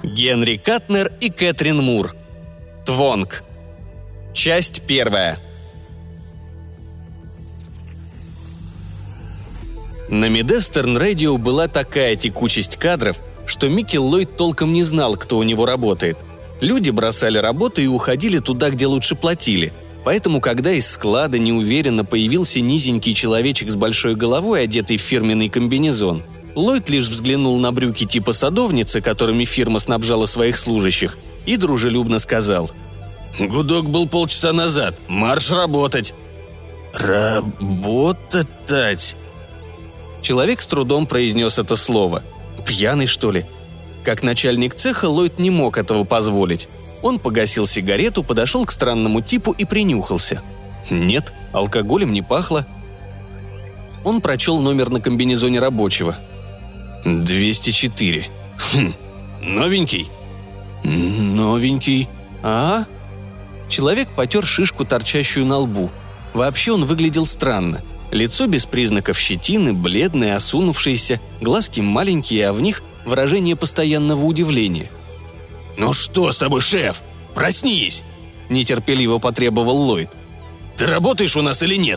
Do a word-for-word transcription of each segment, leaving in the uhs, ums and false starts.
Генри Катнер и Кэтрин Мур. Твонк. Часть первая. На Midwestern Radio была такая текучесть кадров, что Микки Ллойд толком не знал, кто у него работает. Люди бросали работу и уходили туда, где лучше платили. Поэтому, когда из склада неуверенно появился низенький человечек с большой головой, одетый в фирменный комбинезон, Ллойд лишь взглянул на брюки типа садовницы, которыми фирма снабжала своих служащих, и дружелюбно сказал: «Гудок был полчаса назад. Марш работать!» «Работать?» Человек с трудом произнес это слово. Пьяный, что ли? Как начальник цеха Ллойд не мог этого позволить. Он погасил сигарету, подошел к странному типу и принюхался. Нет, алкоголем не пахло. Он прочел номер на комбинезоне рабочего. двести четыре. Хм, новенький? Новенький. А? Человек потер шишку, торчащую на лбу. Вообще он выглядел странно. Лицо без признаков щетины, бледное, осунувшееся, глазки маленькие, а в них выражение постоянного удивления. «Ну что с тобой, шеф? Проснись!» – нетерпеливо потребовал Ллойд. «Ты работаешь у нас или нет?»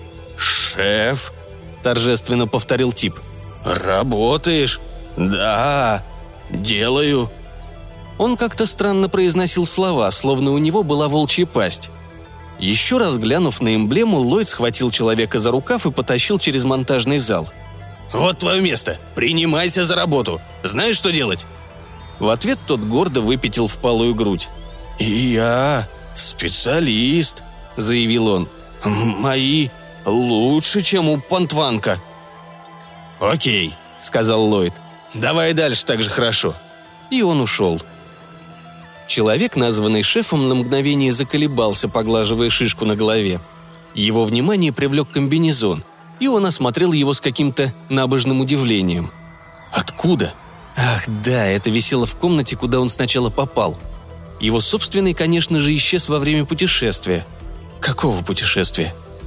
«Шеф?» – торжественно повторил тип. «Работаешь? Да, делаю». Он как-то странно произносил слова, словно у него была волчья пасть. Еще раз глянув на эмблему, Ллойд схватил человека за рукав и потащил через монтажный зал. «Вот твое место! Принимайся за работу! Знаешь, что делать?» В ответ тот гордо выпятил впалую грудь. «Я специалист», — заявил он. «Мои лучше, чем у Понтванка». «Окей», — сказал Ллойд. «Давай дальше так же хорошо». И он ушел. Человек, названный шефом, на мгновение заколебался, поглаживая шишку на голове. Его внимание привлек комбинезон, и он осмотрел его с каким-то набожным удивлением. «Откуда?» Ах, да, это висело в комнате, куда он сначала попал. Его собственный, конечно же, исчез во время путешествия. Какого путешествия?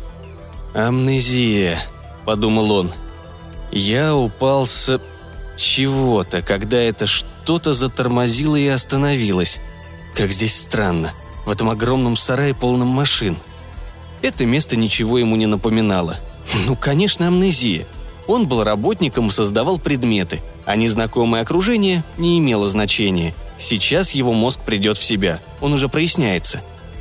«Амнезия», — подумал он. «Я упал с... чего-то, когда это что-то затормозило и остановилось. Как здесь странно, в этом огромном сарае, полном машин». Это место ничего ему не напоминало. Ну, конечно, амнезия. Он был работником и создавал предметы, а незнакомое окружение не имело значения. Сейчас его мозг придет в себя, он уже проясняется.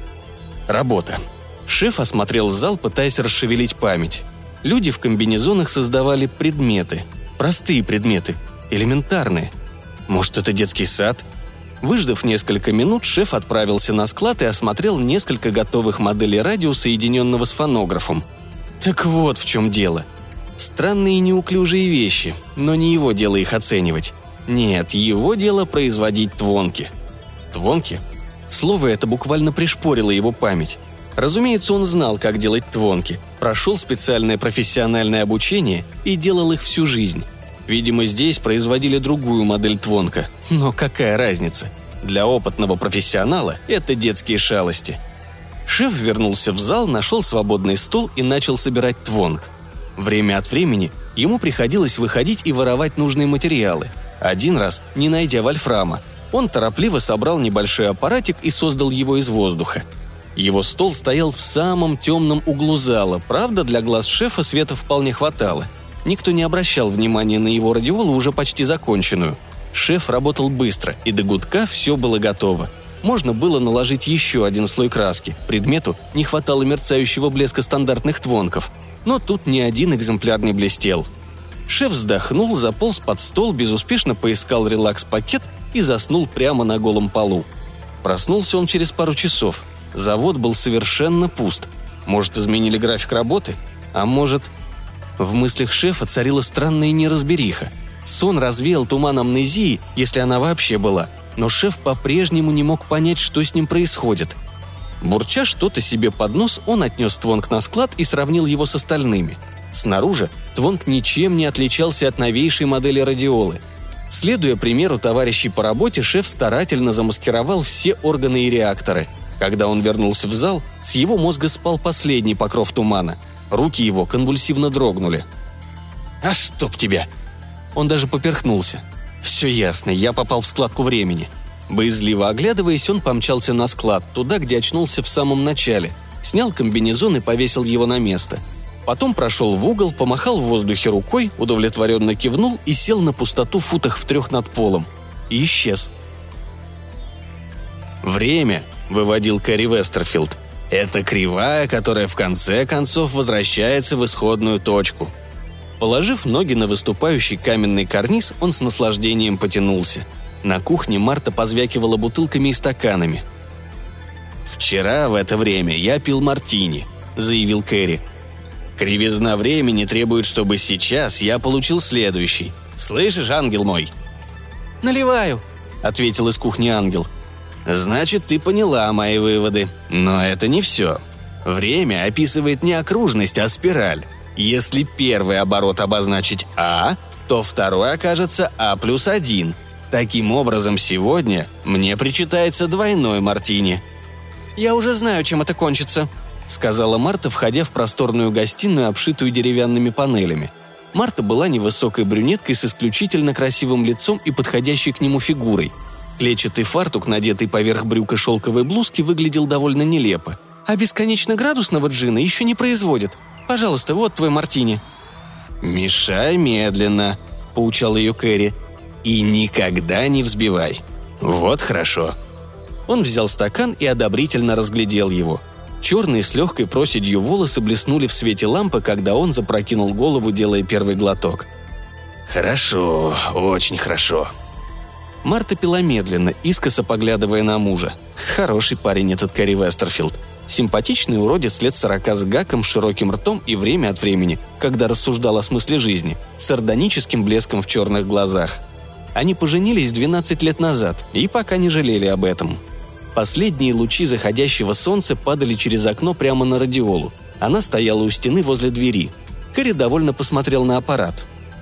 Работа. Шеф осмотрел зал, пытаясь расшевелить память. Люди в комбинезонах создавали предметы. Простые предметы, элементарные. Может, это детский сад? Выждав несколько минут, шеф отправился на склад и осмотрел несколько готовых моделей радио, соединенного с фонографом. Так вот в чем дело. Странные и неуклюжие вещи, но не его дело их оценивать. Нет, его дело производить твонки. Твонки? Слово это буквально пришпорило его память. Разумеется, он знал, как делать твонки, прошел специальное профессиональное обучение и делал их всю жизнь. Видимо, здесь производили другую модель твонка. Но какая разница? Для опытного профессионала это детские шалости. Шеф вернулся в зал, нашел свободный стол и начал собирать твонк. Время от времени ему приходилось выходить и воровать нужные материалы. Один раз, не найдя вольфрама, он торопливо собрал небольшой аппаратик и создал его из воздуха. Его стол стоял в самом темном углу зала, правда, для глаз шефа света вполне хватало. Никто не обращал внимания на его радиолу, уже почти законченную. Шеф работал быстро, и до гудка все было готово. Можно было наложить еще один слой краски, предмету не хватало мерцающего блеска стандартных твонков. Но тут ни один экземпляр не блестел. Шеф вздохнул, заполз под стол, безуспешно поискал релакс-пакет и заснул прямо на голом полу. Проснулся он через пару часов. Завод был совершенно пуст. Может, изменили график работы? А может... В мыслях шефа царила странная неразбериха. Сон развеял туман амнезии, если она вообще была, но шеф по-прежнему не мог понять, что с ним происходит. Бурча что-то себе под нос, он отнес твонк на склад и сравнил его с остальными. Снаружи твонк ничем не отличался от новейшей модели радиолы. Следуя примеру товарищей по работе, шеф старательно замаскировал все органы и реакторы. Когда он вернулся в зал, с его мозга спал последний покров тумана. Руки его конвульсивно дрогнули. «А чтоб тебя!» Он даже поперхнулся. Все ясно, я попал в складку времени. Боязливо оглядываясь, он помчался на склад, туда, где очнулся в самом начале. Снял комбинезон и повесил его на место. Потом прошел в угол, помахал в воздухе рукой, удовлетворенно кивнул и сел на пустоту в футах в трех над полом. И исчез. «Время», — выводил Кэрри Вестерфилд, — «это кривая, которая в конце концов возвращается в исходную точку». Положив ноги на выступающий каменный карниз, он с наслаждением потянулся. На кухне Марта позвякивала бутылками и стаканами. «Вчера в это время я пил мартини», — заявил Кэрри. «Кривизна времени требует, чтобы сейчас я получил следующий. Слышишь, ангел мой?» «Наливаю», — ответил из кухни ангел. «Значит, ты поняла мои выводы. Но это не все. Время описывает не окружность, а спираль. Если первый оборот обозначить А, то второй окажется А плюс один. Таким образом, сегодня мне причитается двойной мартини». «Я уже знаю, чем это кончится», — сказала Марта, входя в просторную гостиную, обшитую деревянными панелями. Марта была невысокой брюнеткой с исключительно красивым лицом и подходящей к нему фигурой. Клетчатый фартук, надетый поверх брюка шелковой блузки, выглядел довольно нелепо. «А бесконечно градусного джина еще не производят. Пожалуйста, вот твой мартини». «Мешай медленно», — поучал ее Кэрри. «И никогда не взбивай. Вот хорошо». Он взял стакан и одобрительно разглядел его. Черные с легкой проседью волосы блеснули в свете лампы, когда он запрокинул голову, делая первый глоток. «Хорошо, очень хорошо». Марта пила медленно, искоса поглядывая на мужа. Хороший парень этот Кэрри Вестерфилд. Симпатичный уродец лет сорока с гаком, широким ртом и время от времени, когда рассуждал о смысле жизни, с сардоническим блеском в черных глазах. Они поженились двенадцать лет назад и пока не жалели об этом. Последние лучи заходящего солнца падали через окно прямо на радиолу. Она стояла у стены возле двери. Кэрри довольно посмотрел на аппарат.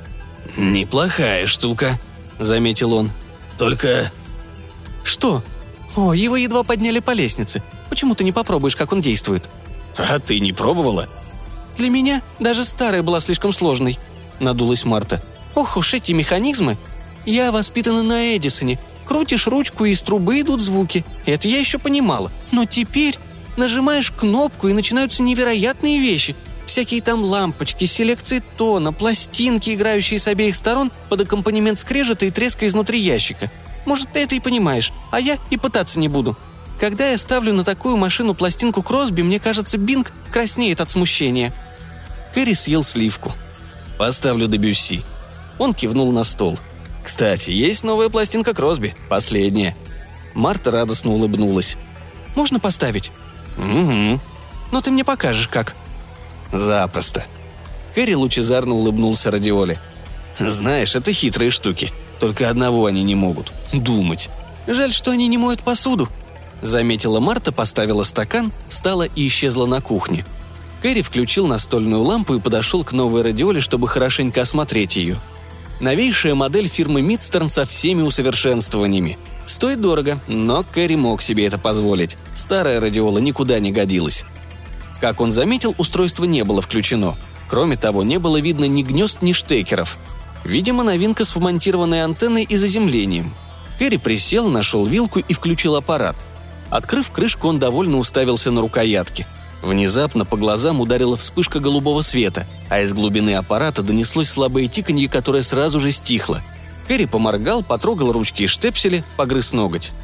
«Неплохая штука», — заметил он. «Только...» «Что? О, его едва подняли по лестнице. Почему ты не попробуешь, как он действует?» «А ты не пробовала?» «Для меня даже старая была слишком сложной», — надулась Марта. «Ох уж эти механизмы! Я воспитана на Эдисоне. Крутишь ручку, и из трубы идут звуки. Это я еще понимала. Но теперь нажимаешь кнопку, и начинаются невероятные вещи. Всякие там лампочки, селекции тона, пластинки, играющие с обеих сторон под аккомпанемент скрежета и треска изнутри ящика. Может, ты это и понимаешь, а я и пытаться не буду. Когда я ставлю на такую машину пластинку Кросби, мне кажется, Бинг краснеет от смущения». Кэрри съел сливку. «Поставлю Дебюсси». Он кивнул на стол. «Кстати, есть новая пластинка Кросби, последняя». Марта радостно улыбнулась. «Можно поставить?» «Угу». «Но ты мне покажешь, как». «Запросто». Кэрри лучезарно улыбнулся радиоле. «Знаешь, это хитрые штуки. Только одного они не могут – думать». «Жаль, что они не моют посуду», – заметила Марта, поставила стакан, встала и исчезла на кухне. Кэрри включил настольную лампу и подошел к новой радиоле, чтобы хорошенько осмотреть ее. Новейшая модель фирмы Мидстерн со всеми усовершенствованиями. Стоит дорого, но Кэрри мог себе это позволить. Старая радиола никуда не годилась. Как он заметил, устройство не было включено. Кроме того, не было видно ни гнезд, ни штекеров. Видимо, новинка с вмонтированной антенной и заземлением. Кэрри присел, нашел вилку и включил аппарат. Открыв крышку, он довольно уставился на рукоятки. Внезапно по глазам ударила вспышка голубого света, а из глубины аппарата донеслось слабое тиканье, которое сразу же стихло. Кэрри поморгал, потрогал ручки и штепсели, погрыз ноготь.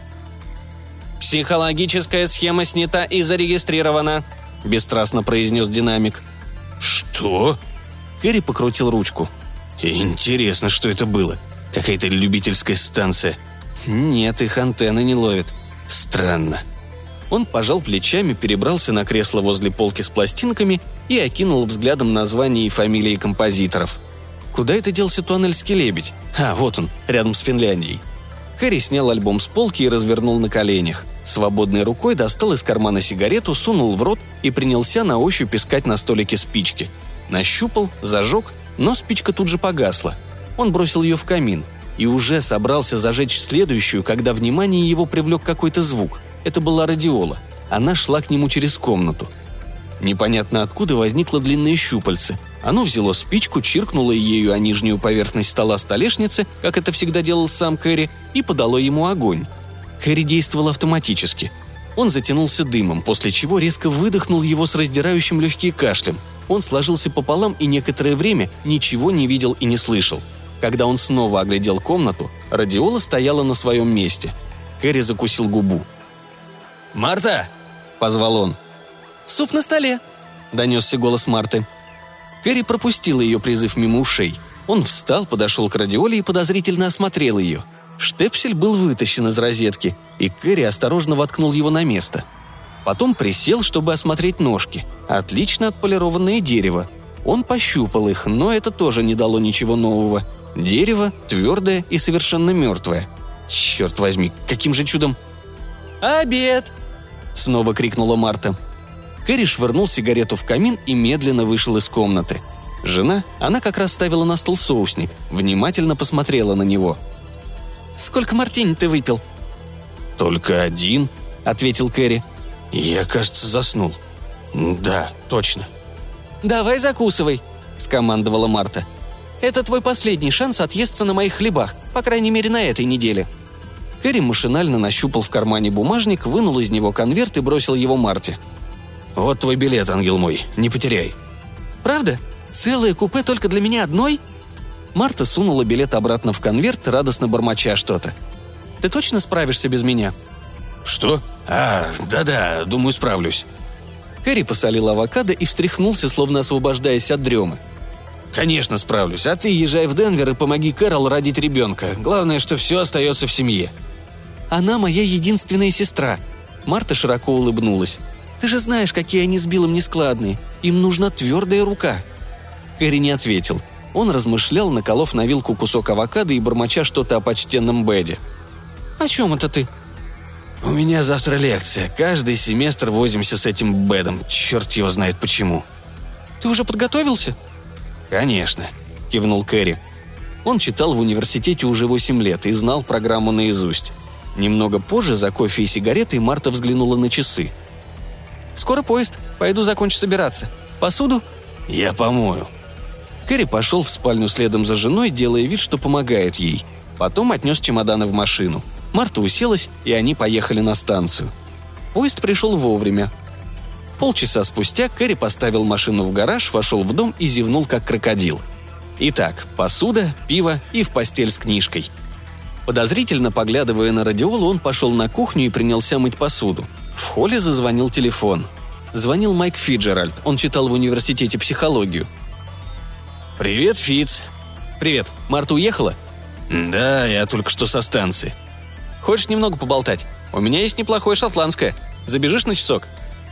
«Психологическая схема снята и зарегистрирована», – бесстрастно произнес динамик. «Что?» Кэрри покрутил ручку. «Интересно, что это было. Какая-то любительская станция. Нет, их антенны не ловят. Странно». Он пожал плечами, перебрался на кресло возле полки с пластинками и окинул взглядом названия и фамилии композиторов. Куда это делся туанельский лебедь? А, вот он, рядом с Финляндией. Кэрри снял альбом с полки и развернул на коленях. Свободной рукой достал из кармана сигарету, сунул в рот и принялся на ощупь искать на столике спички. Нащупал, зажег, но спичка тут же погасла. Он бросил ее в камин и уже собрался зажечь следующую, когда внимание его привлек какой-то звук. Это была радиола. Она шла к нему через комнату. Непонятно откуда возникло длинное щупальце. Оно взяло спичку, чиркнуло ею о нижнюю поверхность стола столешницы, как это всегда делал сам Кэрри, и подало ему огонь. Кэрри действовал автоматически. Он затянулся дымом, после чего резко выдохнул его с раздирающим легкие кашлем. Он сложился пополам и некоторое время ничего не видел и не слышал. Когда он снова оглядел комнату, радиола стояла на своем месте. Кэрри закусил губу. «Марта!» – позвал он. «Суп на столе!» – донесся голос Марты. Кэрри пропустил ее призыв мимо ушей. Он встал, подошел к радиоле и подозрительно осмотрел ее. Штепсель был вытащен из розетки, и Кэрри осторожно воткнул его на место. Потом присел, чтобы осмотреть ножки. Отлично отполированное дерево. Он пощупал их, но это тоже не дало ничего нового. Дерево твердое и совершенно мертвое. Черт возьми, каким же чудом... «Обед!» – снова крикнула Марта. Кэрри швырнул сигарету в камин и медленно вышел из комнаты. Жена, она как раз ставила на стол соусник, внимательно посмотрела на него. «Сколько мартини ты выпил?» «Только один», — ответил Кэрри. «Я, кажется, заснул». «Да, точно». «Давай закусывай», — скомандовала Марта. «Это твой последний шанс отъесться на моих хлебах, по крайней мере, на этой неделе». Кэрри машинально нащупал в кармане бумажник, вынул из него конверт и бросил его Марте. «Вот твой билет, ангел мой, не потеряй». «Правда? Целое купе только для меня одной?» Марта сунула билет обратно в конверт, радостно бормоча что-то. «Ты точно справишься без меня?» «Что? А, да-да, думаю, справлюсь». Кэрри посолил авокадо и встряхнулся, словно освобождаясь от дремы. «Конечно справлюсь, а ты езжай в Денвер и помоги Кэрол родить ребенка. Главное, что все остается в семье». «Она моя единственная сестра». Марта широко улыбнулась. «Ты же знаешь, какие они с Биллом нескладные. Им нужна твердая рука». Кэрри не ответил. Он размышлял, наколов на вилку кусок авокадо и бормоча что-то о почтенном Бэде. «О чем это ты?» «У меня завтра лекция. Каждый семестр возимся с этим Бэдом. Черт его знает почему». «Ты уже подготовился?» «Конечно», – кивнул Кэрри. Он читал в университете уже восемь лет и знал программу наизусть. Немного позже, за кофе и сигаретой, Марта взглянула на часы. «Скоро поезд. Пойду закончу собираться. Посуду?» «Я помою». Кэрри пошел в спальню следом за женой, делая вид, что помогает ей. Потом отнес чемоданы в машину. Марта уселась, и они поехали на станцию. Поезд пришел вовремя. Полчаса спустя Кэрри поставил машину в гараж, вошел в дом и зевнул, как крокодил. Итак, посуда, пиво и в постель с книжкой. Подозрительно поглядывая на радиолу, он пошел на кухню и принялся мыть посуду. В холле зазвонил телефон. Звонил Майк Фиджеральд, он читал в университете психологию. «Привет, Фитц». «Привет. Марта уехала?» «Да, я только что со станции». «Хочешь немного поболтать? У меня есть неплохое шотландское. Забежишь на часок?»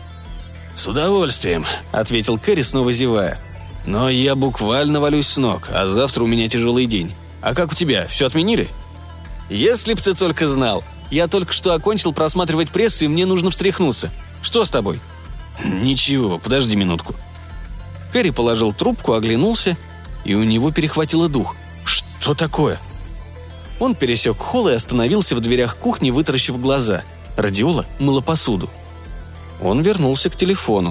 «С удовольствием», — ответил Кэрри, снова зевая. «Но я буквально валюсь с ног, а завтра у меня тяжелый день. А как у тебя, все отменили?» «Если б ты только знал. Я только что окончил просматривать прессу, и мне нужно встряхнуться. Что с тобой?» «Ничего, подожди минутку». Кэрри положил трубку, оглянулся, и у него перехватило дух. «Что такое?» Он пересек холл и остановился в дверях кухни, вытаращив глаза. Радиола мыла посуду. Он вернулся к телефону.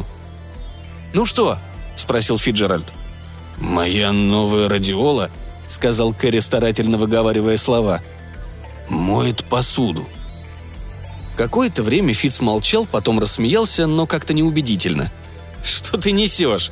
«Ну что?» – спросил Фиджеральд. «Моя новая радиола», – сказал Кэрри, старательно выговаривая слова, – «моет посуду». Какое-то время Фитц молчал, потом рассмеялся, но как-то неубедительно. «Что ты несешь?»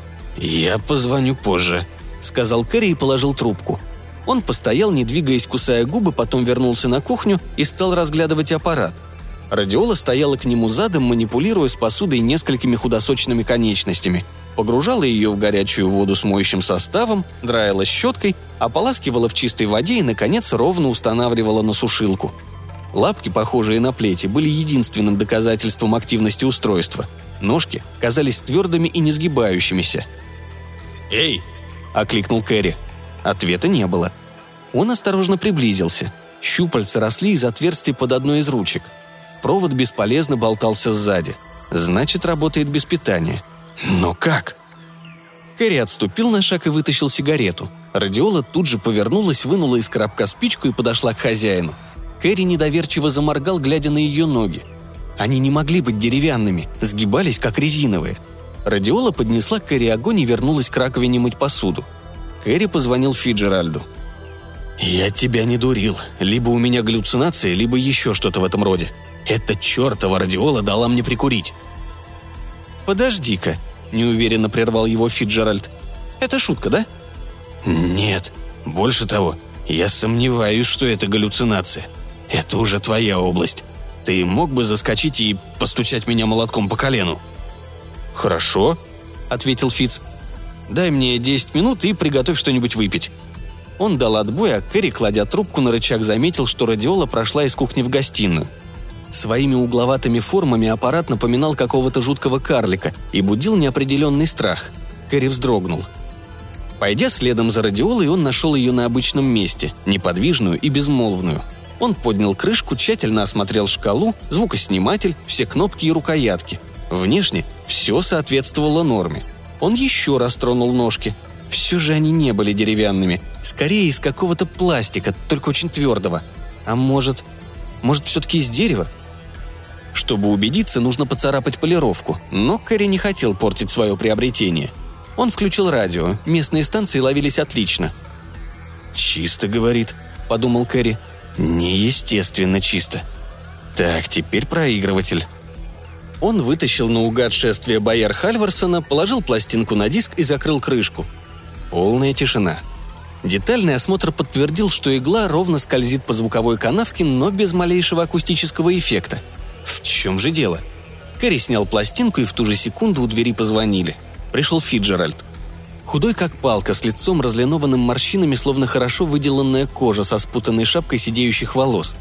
«Я позвоню позже», – сказал Кэрри и положил трубку. Он постоял, не двигаясь, кусая губы, потом вернулся на кухню и стал разглядывать аппарат. Радиола стояла к нему задом, манипулируя с посудой несколькими худосочными конечностями. Погружала ее в горячую воду с моющим составом, драила щеткой, ополаскивала в чистой воде и, наконец, ровно устанавливала на сушилку. Лапки, похожие на плети, были единственным доказательством активности устройства. Ножки казались твердыми и не сгибающимися. «Эй!» – окликнул Кэрри. Ответа не было. Он осторожно приблизился. Щупальца росли из отверстия под одной из ручек. Провод бесполезно болтался сзади. Значит, работает без питания. Но как? Кэрри отступил на шаг и вытащил сигарету. Радиола тут же повернулась, вынула из коробка спичку и подошла к хозяину. Кэрри недоверчиво заморгал, глядя на ее ноги. Они не могли быть деревянными, сгибались, как резиновые. Радиола поднесла к Кэрри огонь и вернулась к раковине мыть посуду. Кэрри позвонил Фиджеральду. «Я тебя не дурил. Либо у меня галлюцинация, либо еще что-то в этом роде. Эта чертова радиола дала мне прикурить». «Подожди-ка», – неуверенно прервал его Фиджеральд. «Это шутка, да?» «Нет. Больше того, я сомневаюсь, что это галлюцинация. Это уже твоя область. Ты мог бы заскочить и постучать меня молотком по колену?» «Хорошо», – ответил Фиц. «Дай мне десять минут и приготовь что-нибудь выпить». Он дал отбой, а Кэрри, кладя трубку на рычаг, заметил, что радиола прошла из кухни в гостиную. Своими угловатыми формами аппарат напоминал какого-то жуткого карлика и будил неопределенный страх. Кэрри вздрогнул. Пойдя следом за радиолой, он нашел ее на обычном месте, неподвижную и безмолвную. Он поднял крышку, тщательно осмотрел шкалу, звукосниматель, все кнопки и рукоятки. Внешне все соответствовало норме. Он еще раз тронул ножки. Все же они не были деревянными, скорее из какого-то пластика, только очень твердого. А может... может, все-таки из дерева? Чтобы убедиться, нужно поцарапать полировку, но Кэрри не хотел портить свое приобретение. Он включил радио, местные станции ловились отлично. «Чисто, — говорит, — подумал Кэрри. Неестественно чисто. Так, теперь проигрыватель». Он вытащил наугад шествие бояр Хальварсона, положил пластинку на диск и закрыл крышку. Полная тишина. Детальный осмотр подтвердил, что игла ровно скользит по звуковой канавке, но без малейшего акустического эффекта. В чем же дело? Кэрри снял пластинку, и в ту же секунду у двери позвонили. Пришел Фиджеральд. Худой как палка, с лицом разлинованным морщинами, словно хорошо выделанная кожа со спутанной шапкой сидеющих волос.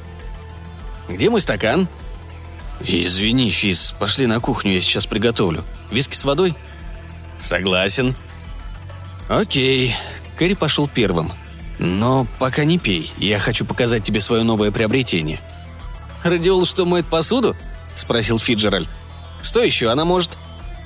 «Где мой стакан?» «Извини, Физ, пошли на кухню, я сейчас приготовлю. Виски с водой?» «Согласен». «Окей». Кэрри пошел первым. «Но пока не пей, я хочу показать тебе свое новое приобретение». «Радиола что, моет посуду?» – спросил Фиджеральд. «Что еще она может?»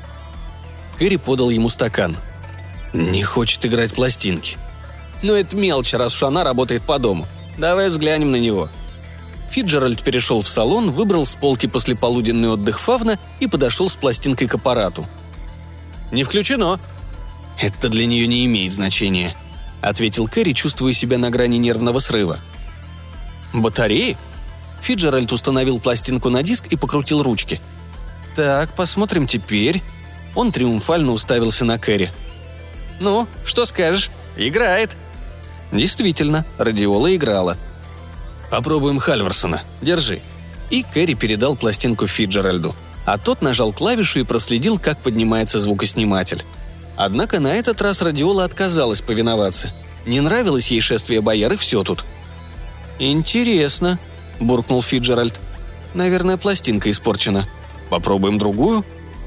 Кэрри подал ему стакан. «Не хочет играть пластинки». «Ну это мелочь, раз уж она работает по дому. Давай взглянем на него». Фиджеральд перешел в салон, выбрал с полки послеполуденный отдых фавна и подошел с пластинкой к аппарату. «Не включено». «Это для нее не имеет значения», — ответил Кэрри, чувствуя себя на грани нервного срыва. «Батареи?» Фиджеральд установил пластинку на диск и покрутил ручки. «Так, посмотрим теперь». Он триумфально уставился на Кэрри. «Ну, что скажешь? Играет». Действительно, радиола играла. «Попробуем Хальварсона. Держи». И Кэрри передал пластинку Фиджеральду, а тот нажал клавишу и проследил, как поднимается звукосниматель. Однако на этот раз радиола отказалась повиноваться. Не нравилось ей шествие бояр, и все тут. «Интересно», – буркнул Фиджеральд. «Наверное, пластинка испорчена. Попробуем другую?»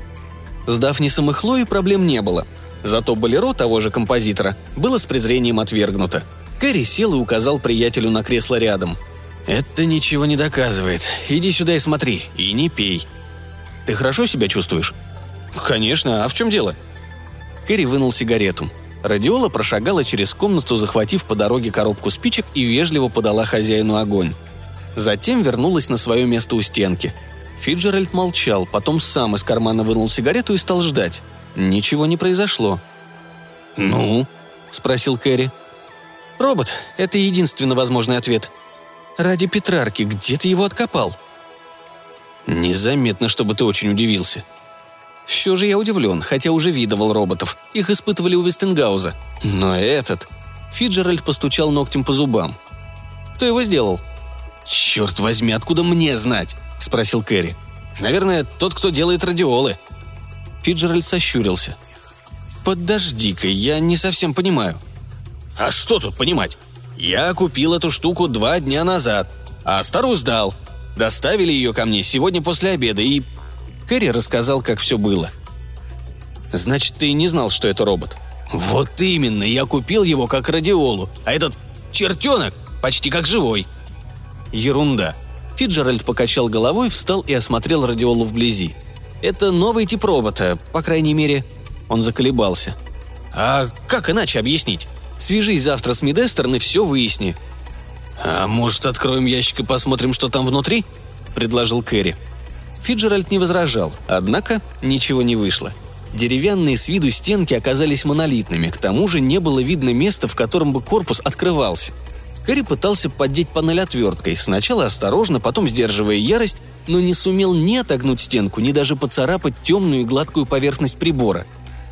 С Дафни Самыхлой проблем не было. Зато болеро того же композитора было с презрением отвергнуто. Кэрри сел и указал приятелю на кресло рядом. «Это ничего не доказывает. Иди сюда и смотри, и не пей». «Ты хорошо себя чувствуешь?» «Конечно. А в чем дело?» Кэрри вынул сигарету. Радиола прошагала через комнату, захватив по дороге коробку спичек, и вежливо подала хозяину огонь. Затем вернулась на свое место у стенки. Фиджеральд молчал, потом сам из кармана вынул сигарету и стал ждать. Ничего не произошло. «Ну?» – спросил Кэрри. «Робот – это единственно возможный ответ. Ради Петрарки, где ты его откопал?» «Незаметно, чтобы ты очень удивился». «Все же я удивлен, хотя уже видывал роботов. Их испытывали у Вестингауза. Но этот...» Фиджеральд постучал ногтем по зубам. «Кто его сделал?» «Черт возьми, откуда мне знать?» – спросил Кэрри. «Наверное, тот, кто делает радиолы». Фиджеральд сощурился. «Подожди-ка, я не совсем понимаю». «А что тут понимать? Я купил эту штуку два дня назад, а старую сдал. Доставили ее ко мне сегодня после обеда и...» Кэрри рассказал, как все было. «Значит, ты не знал, что это робот?» «Вот именно, я купил его как радиолу, а этот чертенок почти как живой». «Ерунда». Фиджеральд покачал головой, встал и осмотрел радиолу вблизи. «Это новый тип робота, по крайней мере...» Он заколебался. «А как иначе объяснить? Свяжись завтра с Мидестерн и все выясни». «А может, откроем ящик и посмотрим, что там внутри?» – предложил Кэрри. Фиджеральд не возражал, однако ничего не вышло. Деревянные с виду стенки оказались монолитными, к тому же не было видно места, в котором бы корпус открывался. Кэрри пытался поддеть панель отверткой, сначала осторожно, потом сдерживая ярость, но не сумел ни отогнуть стенку, ни даже поцарапать темную и гладкую поверхность прибора.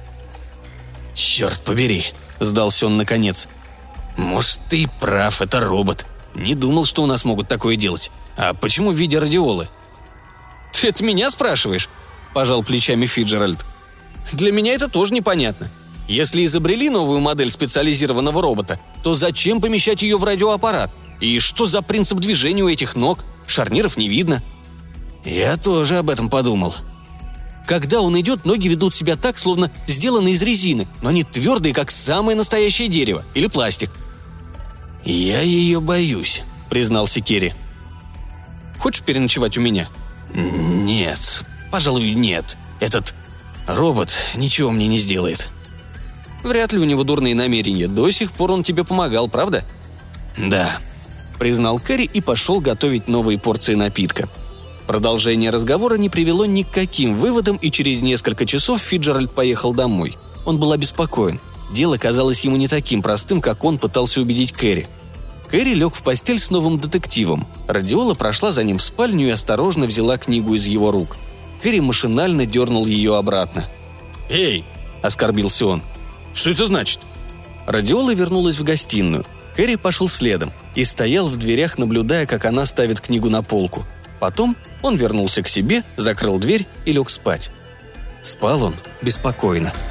«Черт побери!» – сдался он наконец. «Может, ты и прав, это робот. Не думал, что у нас могут такое делать. А почему в виде радиолы?» «Ты это меня спрашиваешь?» – пожал плечами Фиджеральд. «Для меня это тоже непонятно. Если изобрели новую модель специализированного робота, то зачем помещать ее в радиоаппарат? И что за принцип движения у этих ног? Шарниров не видно». «Я тоже об этом подумал». «Когда он идет, ноги ведут себя так, словно сделаны из резины, но они твердые, как самое настоящее дерево или пластик». «Я ее боюсь», — признался Керри. «Хочешь переночевать у меня?» «Нет, пожалуй, нет. Этот робот ничего мне не сделает». «Вряд ли у него дурные намерения. До сих пор он тебе помогал, правда?» «Да», — признал Кэрри и пошел готовить новые порции напитка. Продолжение разговора не привело ни к каким выводам, и через несколько часов Фиджеральд поехал домой. Он был обеспокоен. Дело казалось ему не таким простым, как он пытался убедить Кэрри. Кэрри лег в постель с новым детективом. Радиола прошла за ним в спальню и осторожно взяла книгу из его рук. Кэрри машинально дернул ее обратно. «Эй!» – оскорбился он. «Что это значит?» Радиола вернулась в гостиную. Кэрри пошел следом и стоял в дверях, наблюдая, как она ставит книгу на полку. Потом он вернулся к себе, закрыл дверь и лег спать. Спал он беспокойно.